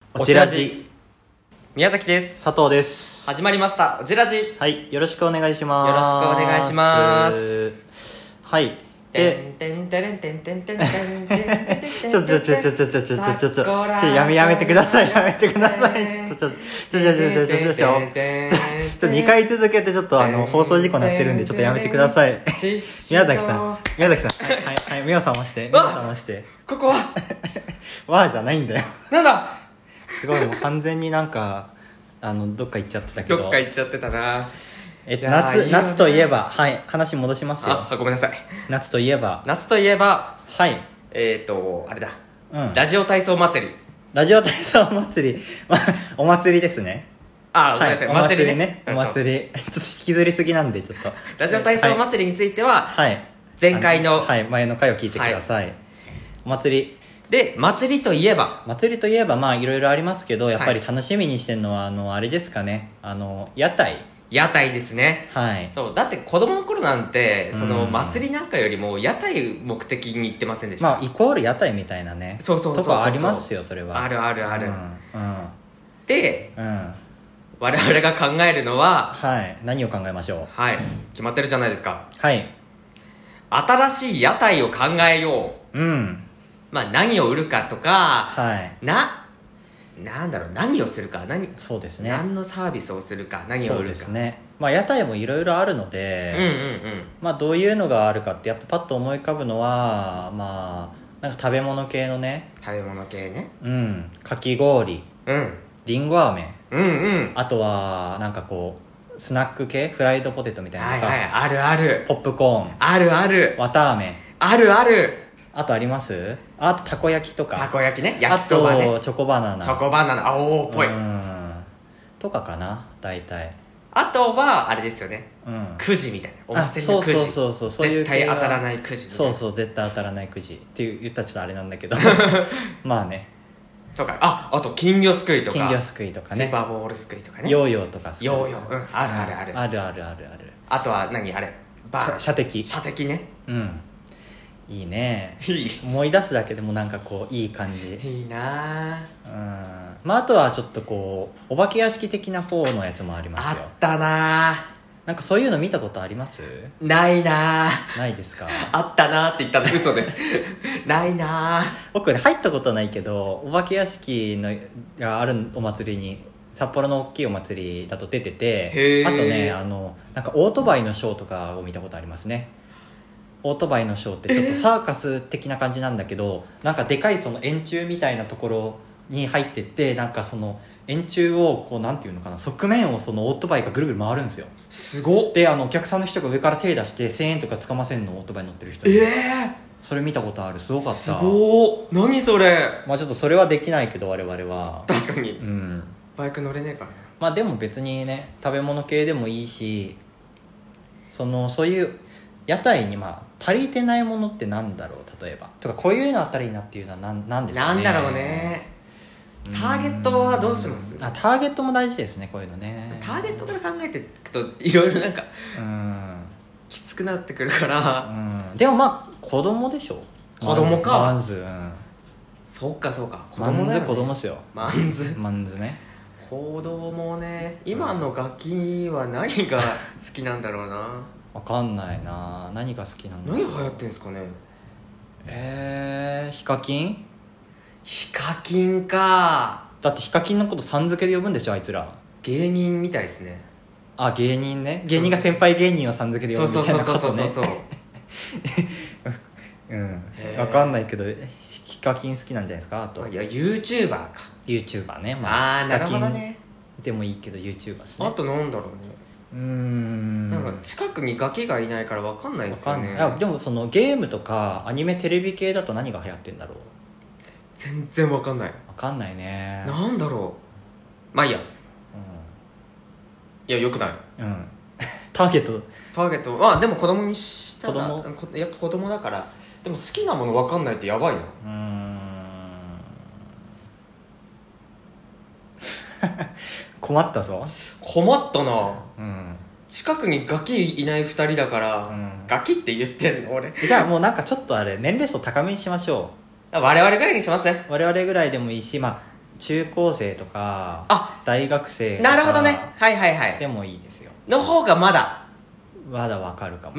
おちらじ宮崎です。 佐藤です。 始まりましたおちらじ。 はい、よろしくお願いします。 よろしくお願いします。 はい。で、ちょやめてください。やめてください。2回続けてちょっと放送事故になってるんでちょっとやめてください。宮崎さん、はい目を覚まして。 ここはわーじゃないんだよ。 なんだ。 すごい、もう完全になんかどっか行っちゃってたけど。 どっか行っちゃってたな。 夏といえば、はい、話戻しますよ。 ごめんなさい。 夏といえば、 はい、あれだ、ラジオ体操祭り。 ラジオ体操祭りお祭りですね。 ごめんなさい、 お祭りね。お祭りちょっと引きずりすぎなんでちょっとラジオ体操祭りについては、前回の前の回を聞いてください。お祭りで、祭りといえばまあいろいろありますけど、やっぱり楽しみにしてるのはあれですかね、屋台ですね。 はい。そう、だって子供の頃なんてその祭りなんかよりも屋台目的に行ってませんでした？ まあイコール屋台みたいなね。 そうとかありますよ、それは。 ある。で、我々が考えるのは、 何を考えましょう。 決まってるじゃないですか。新しい屋台を考えよう。まあ何を売るかとか、なんだろう、何をするか、 そうですね、 何のサービスをするか、何を売るか。 そうですね。まあ屋台もいろいろあるので、まあどういうのがあるかってやっぱパッと思い浮かぶのは、まあなんか食べ物系のね。かき氷、りんご飴、あとはなんかこうスナック系、フライドポテトみたいなのとか、 ある。 ポップコーン、 ある。 綿飴、 ある。 あとあります？あとたこ焼きとか。 たこ焼きね、焼きそばね。 あとチョコバナナ。 おーぽい。 とかかな、大体。 あとはあれですよね。くじみたいな。お祭りのくじ。 そう絶対当たらないくじみたいな。 そう絶対当たらないくじって言ったらちょっとあれなんだけどまあね。 とか、あと金魚すくいとか。 ね。 スーパーボールすくいとかね。 ヨーヨーとかすくい。 ヨーヨー、ある。あとは何あれ、 射的ね。 いいね。思い出すだけでもなんかこういい感じ。 いいな。 まああとはちょっとこうお化け屋敷的な方のやつもありますよ。 あったな。 なんかそういうの見たことあります？ ないな。 ないですか？ あったなって言ったの嘘ですないな。 僕ね入ったことないけど、お化け屋敷のがあるお祭りに、札幌の大きいお祭りだと出てて、あとねなんかオートバイのショーとかを見たことありますね。オートバイのショーってちょっとサーカス的な感じなんだけど、なんかでかいその円柱みたいなところに入ってって、なんかその円柱をこうなんていうのかな、側面をそのオートバイがぐるぐる回るんですよ。 すごっ。 でお客さんの人が上から手出して1000円とかつかませんの、オートバイ乗ってる人に。それ見たことある。すごかった。 すごっ。何それ。 まあちょっとそれはできないけど我々は。 確かに。バイク乗れねえからね。 まあでも別にね、食べ物系でもいいし、そういう屋台に足りてないものってなんだろう、例えばとか、こういうのあったらいいなっていうのはなんですかね。 なんだろうね。ターゲットはどうします？ ターゲットも大事ですね、こういうのね。 ターゲットから考えていくといろいろなんかきつくなってくるから。 でもまあ子供でしょ。 子供かまず、 そうか子供だよね。子供っすよ。 マンズね。子供ね。今のガキは何が好きなんだろうな。 わかんないな。何が好きなんだろう。 何流行ってんすかね。 ヒカキンか。 だってヒカキンのことさん付けで呼ぶんでしょ、あいつら。 芸人みたいですね。 芸人ね。芸人が先輩芸人をさん付けで呼ぶみたいなことね。 そうわかんないけどヒカキン好きなんじゃないですか。あと YouTuber か。 YouTuber ね。 なるほどね。 でもいいけど YouTuber ですね。 あとなんだろうね。なんか近くにガキがいないから分かんないですよね。 でもそのゲームとかアニメテレビ系だと何が流行ってんだろう。 全然分かんない。 分かんないね。 なんだろう。まあいいや。いやよくない。 ターゲットでも子供にしたらやっぱ子供だから。でも好きなもの分かんないってやばいな。 困ったぞ。 困ったな。近くにガキいない2人だから、ガキって言ってんの俺。 じゃあもうなんかちょっとあれ年齢層高めにしましょう。我々ぐらいにしますね。 我々ぐらいでもいいし、 中高生とか大学生とかなるほどねはいはいはいでもいいですよの方がまだわかるかも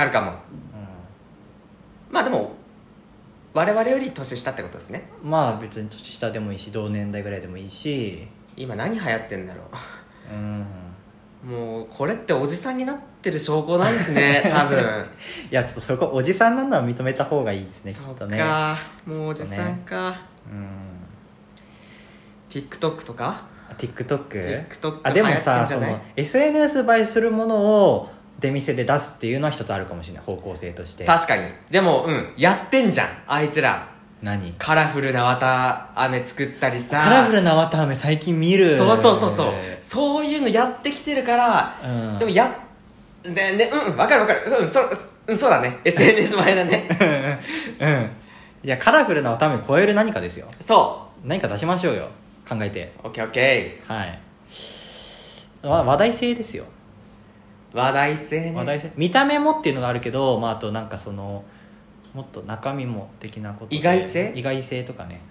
まあでも我々より年下ってことですね。 まあ別に年下でもいいし同年代ぐらいでもいいし今何流行ってんだろうもうこれっておじさんになってる証拠なんですね多分いやちょっとそこおじさんなのは認めた方がいいですねきっとね。 そうかもうおじさんか、TikTok とか TikTok でもさその SNS 映えするものを出店で出すっていうのは一つあるかもしれない方向性として。 確かにでもやってんじゃんあいつら。 何カラフルな綿飴作ったりさ。 カラフルな綿飴最近見る。 そうそういうのやってきてるから、でも分かるそうだね SNS 映えだねいやカラフルな綿飴超える何かですよ。 そう何か出しましょうよ考えて。 オッケーはい話題性ですよ。 話題性ね。 見た目もっていうのがあるけど、あとなんかそのもっと中身も的なことで意外性とかね。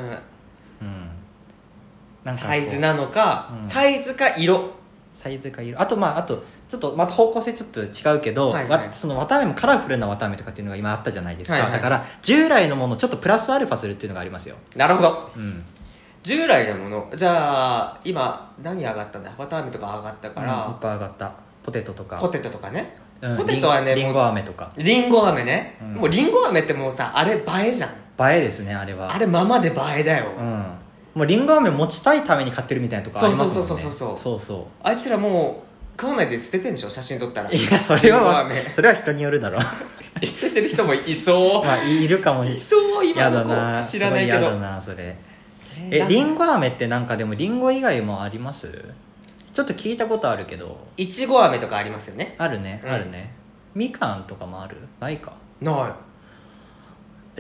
なんかサイズなのか、サイズか色あとちょっとまた方向性ちょっと違うけど、その綿飴もカラフルな綿飴とかっていうのが今あったじゃないですか、だから従来のものをちょっとプラスアルファするっていうのがありますよ。 なるほど、従来のものじゃあ今何上がったんだ。綿飴とか上がったから、 いっぱい上がった。ポテトとかね、ポテトはねリンゴ飴とかリンゴ飴ね、もうリンゴ飴ってもうさあれ映えじゃん。 映えですねあれは。 あれままで映えだよ、 もうリンゴ飴持ちたいために買ってるみたいなとこありますもんね。 そうあいつらもう食わないで捨ててんでしょ写真撮ったら。 いやそれは人によるだろ捨ててる人もいそういるかもいそう今の子知らないけど。 やだなそれ。リンゴ飴ってなんかでもリンゴ以外もあります？ちょっと聞いたことあるけど。 いちご飴とかありますよね。 あるね、あるね。みかんとかもある？ないか。 ない。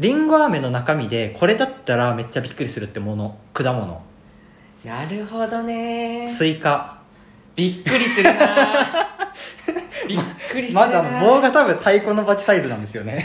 リンゴ飴の中身でこれだったらめっちゃびっくりするってもの、果物。 なるほどね。 スイカ。 びっくりするなびっくりするな。 まず棒が多分太鼓のバチサイズなんですよね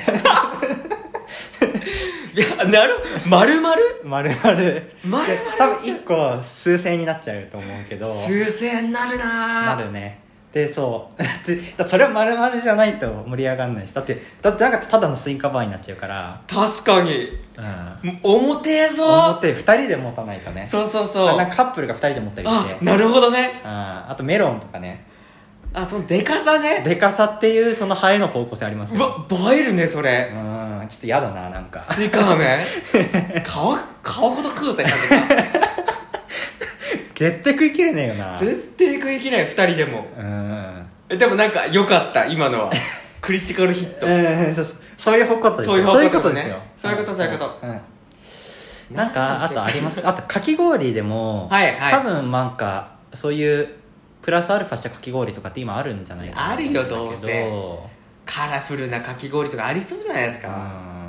いや丸々 多分1個数千円になっちゃうと思うけど。 数千円になるな。 なるね。でそうそれは丸々じゃないと盛り上がんないし、だってなんかただのスイカバーになっちゃうから。 確かに、重てえぞ。 2人で持たないとね。 そうなんかカップルが2人で持ったりして。 なるほどね。 あとメロンとかね。 そのデカさね。 デカさっていうその映えの方向性ありますね。 うわ映えるねそれ。 ちょっと嫌だななんか。 スイカ飴皮ごと食うぜ感じか絶対食い切れねえよな。 絶対食い切れない2人でも。でもなんか良かった今のはクリティカルヒット。 そういうことですよ。そういうことですよ。 そういうことなんかあとあります。あとかき氷でも多分なんかそういうプラスアルファしたかき氷とかって今あるんじゃないかな。 あるよどうせ。カラフルなかき氷とかありそうじゃないですか。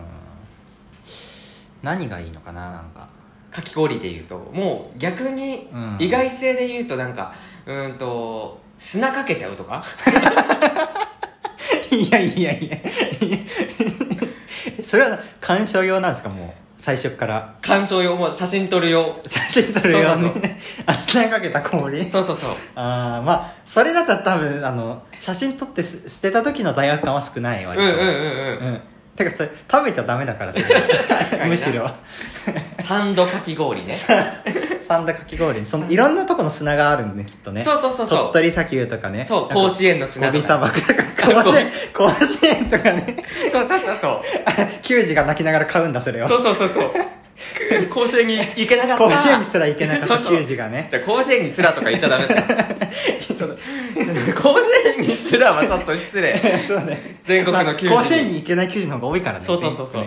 何がいいのかななんか。 かき氷でいうともう逆に意外性でいうとなんか砂かけちゃうとかいやそれは鑑賞用なんですか？もう最初から鑑賞用、もう写真撮る用に砂かけた氷。 そうそれだったら多分写真撮って捨てた時の罪悪感は少ない割と。てかそれ食べちゃダメだから確かにむしろサンドかき氷ねサンドかき氷にいろんなとこの砂があるんできっとね。 そう鳥取砂丘とかね。 そう甲子園の砂とかゴビ砂漠とか甲子園とかね。 そう球児が泣きながら買うんだそれを。 そう甲子園に行けなかった。 甲子園にすら行けなかった球児がね。 じゃ甲子園にすらとか言っちゃダメですよ甲子園にすらはちょっと失礼そうね。 全国の球児に、 甲子園に行けない球児の方が多いからね。 そう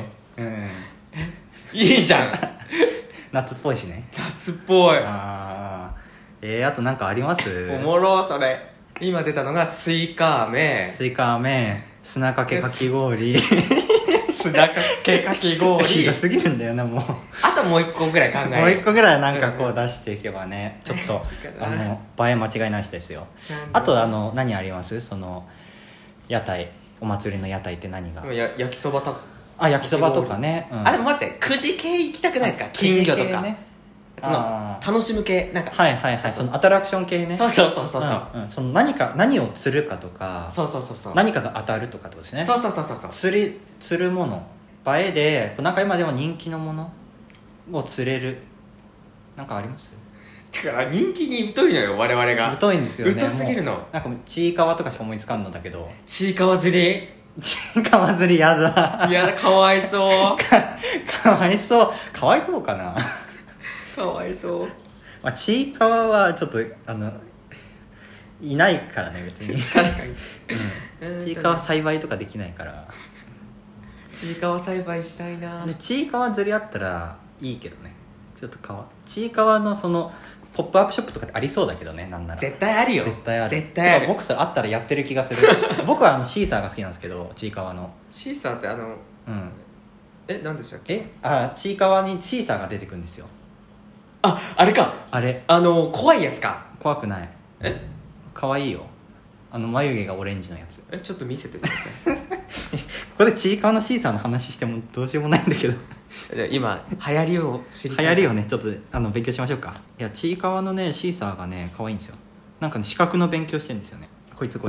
いいじゃん夏っぽいしね。 夏っぽい。 あとなんかあります？ おもろそれ。今出たのがスイカ飴、 砂かけかき氷砂かけかき氷ひどすぎるんだよなもう。 あともう一個ぐらい考える。 もう一個ぐらいなんかこう出していけばね、ちょっと映え間違いなしですよ。あと何あります？屋台、お祭りの屋台って何が？ 焼きそばと焼きそばとかね。 でも待って、くじ系行きたくないですか？金魚とか。 その楽しむ系なんかはいはいはい、そのアトラクション系ね。 そうそうそうそうそう、 うんうん、その何を釣るかとか、 そうそうそうそう、 何かが当たるとかってことですね。 そうそうそうそうそう、 釣るもの、映えでなんか今でも人気のものを釣れる、なんかあります？ だから人気に疎いのよ我々が。 疎いんですよね。 疎すぎるの。 なんかちいかわとかしか思いつかんのだけど。 ちいかわ釣り、 ちいかわ釣りやだ。 いやかわいそうかわいそう、かわいそうかな。 かわいそう、 まあ、ちいかわはちょっといないからね別に。 確かに、 うん、ちいかわ栽培とかできないから。 ちいかわ栽培したいな。 でちいかわ釣りあったらいいけどね。ちょっとちいかわのそのポップアップショップとかってありそうだけどね、なんなら絶対あるよ、 絶対ある。 絶対ある。 僕それあったらやってる気がする。僕はシーサーが好きなんですけど、ちいかわの。 シーサーってうん、 何でしたっけ？ ちいかわにシーサーが出てくるんですよ。 あれか、 あれ怖いやつか。 怖くない。かわいいよ、眉毛がオレンジのやつ。 ちょっと見せてくださいここでちいかわのシーサーの話してもどうしようもないんだけど。 じゃあ今流行りを知りたい。 流行りをねちょっと勉強しましょうか。いやちいかわのねシーサーがね可愛いんですよ。なんかね資格の勉強してるんですよね、こいつ。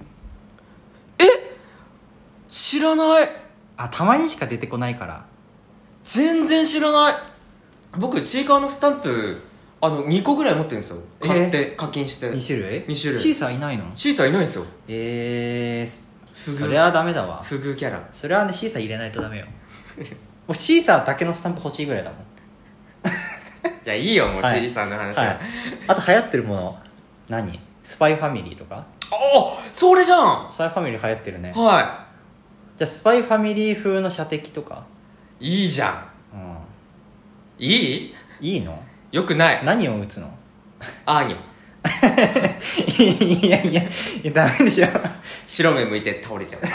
知らない。 たまにしか出てこないから。 全然知らない。僕ちいかわのスタンプ2個ぐらい持ってるんですよ、買って課金して。 2種類 2種類。 シーサーいないの？ シーサーいないんですよ。 それはダメだわ。 不遇キャラ。 それはねシーサー入れないとダメよ。もうシーサーだけのスタンプ欲しいぐらいだもん。 いやいいよもう、 はい、 シーサーの話は、 はい、あと流行ってるもの何？スパイファミリーとか。 それじゃん。 スパイファミリー流行ってるね。 はじゃあスパイファミリー風の射的とか。 いいじゃん。いいの？ よくない。 何を打つの？ アーニいやダメでしょ。 白目向いて倒れちゃう。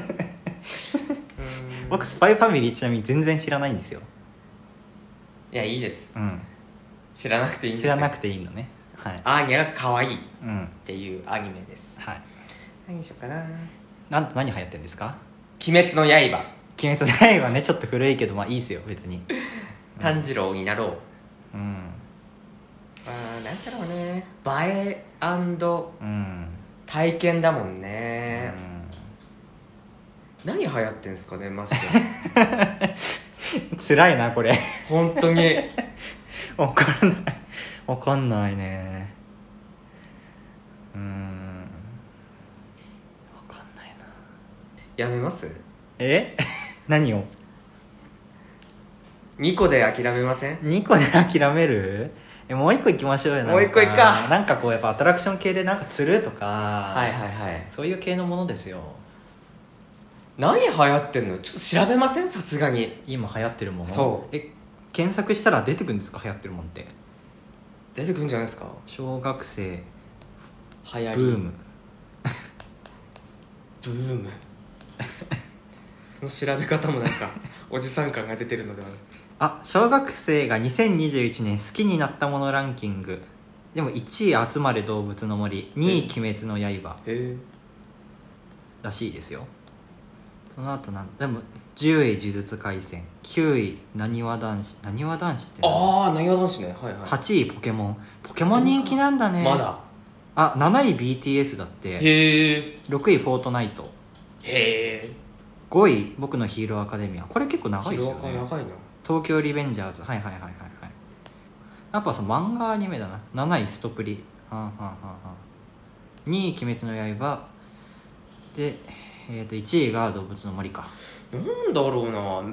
僕スパイファミリーちなみに全然知らないんですよ。 いやいいです、 うん、 知らなくていいんですよ。 知らなくていいのね。はい、 アーニャが可愛いっていうアニメです、 はい。 何にしようかな。 何流行ってるんですか？ 鬼滅の刃。 鬼滅の刃ね、ちょっと古いけどまあいいですよ別に。 炭治郎になろう。 なんだろうね、映え体験だもんね。何流行ってんすかねマジで。 辛いなこれ。 本当にわかんないね。わかんないな。 やめます？ 何を 2個で諦めません ？2個で諦める？もう1個行きましょうよ。 もう1個いっか。 なんかこうやっぱアトラクション系でなんか釣るとか、 はいはいはい、 そういう系のものですよ。 何流行ってんの？ちょっと調べません？さすがに今流行ってるもの。 そう検索したら出てくるんですか？流行ってるもんって出てくるんじゃないですか。 小学生流行りブームその調べ方もなんかおじさん感が出てるのではない？ 小学生が2021年好きになったものランキングでも1位集まれ動物の森、2位鬼滅の刃らしいですよ。その後でも10位呪術廻戦、9位なにわ男子ってなにわ男子ね、はいはい、 8位ポケモン人気なんだね。 まだ 7位 BTS だって。 へえ。 6位フォートナイト。 へえ。 5位僕のヒーローアカデミア。これ結構長いですよね。 ヒーローアカ長いな。 東京リベンジャーズ、はいやっぱ漫画アニメだな。7位ストプリ、2位鬼滅の刃で、1位が動物の森か。 なんだろうな、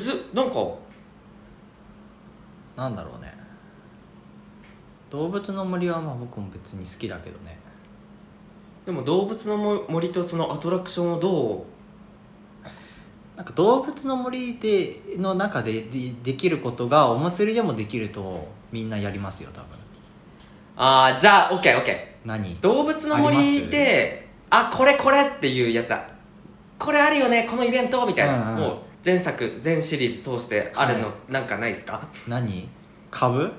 なんだろうね。動物の森はまあ僕も別に好きだけどね。 でも動物の森とそのアトラクションをどう、 なんか動物の森の中でできることがお祭りでもできるとみんなやりますよ多分。 じゃあ OK。 何？ 動物の森でこれっていうやつはこれあるよね、このイベントみたいな、もう全シリーズ通してあるの、なんかないですか？ 何？株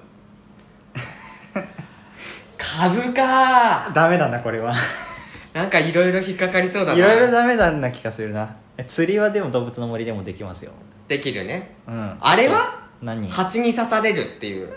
か。 ダメだなこれは。 なんかいろいろ引っかかりそうだな。 いろいろダメだな気がするな。釣りはでも動物の森でもできますよ。 できるね。 うん。 あれは何？ 蜂に刺されるっていう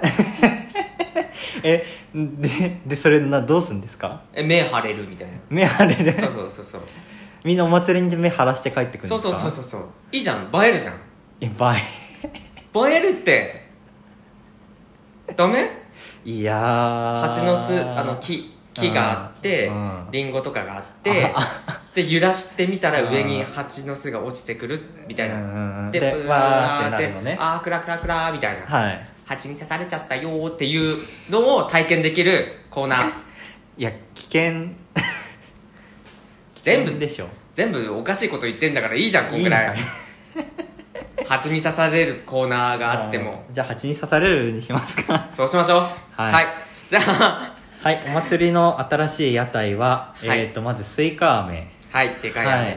でそれどうするんですか？ 目腫れるみたいな。 目腫れる。 そうそうそうそう。 みんなお祭りに目腫らして帰ってくるんですか？ そうそうそうそう。いいじゃん、映えるじゃん。 映えるってダメ？ いやー、 蜂の巣、木があって、リンゴとかがあってで揺らしてみたら上に蜂の巣が落ちてくるみたいな、でブワーってなるのね。あークラクラクラみたいな、はい、蜂に刺されちゃったよーっていうのを体験できるコーナー。 いや危険全部でしょ。 全部おかしいこと言ってんだからいいじゃん、こんぐらい。蜂に刺されるコーナーがあっても。 じゃあ蜂に刺されるにしますか？ そうしましょう。はい、はい、じゃあはい、お祭りの新しい屋台は、はい、まずスイカ飴。 はい、でかい飴。はい、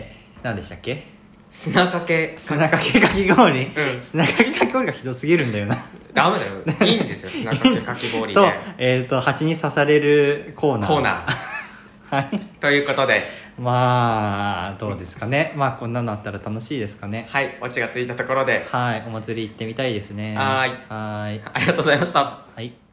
何でしたっけ？ 砂かけかき氷、うん、砂かけかき氷がひどすぎるんだよな。 ダメだよ、いいんですよ、砂かけかき氷で蜂に刺されるコーナーはい、 ということで、 まあどうですかね。まあこんなのあったら楽しいですかね。 はい、オチがついたところで、 はい、お祭り行ってみたいですね。 はい、ありがとうございました。 はい。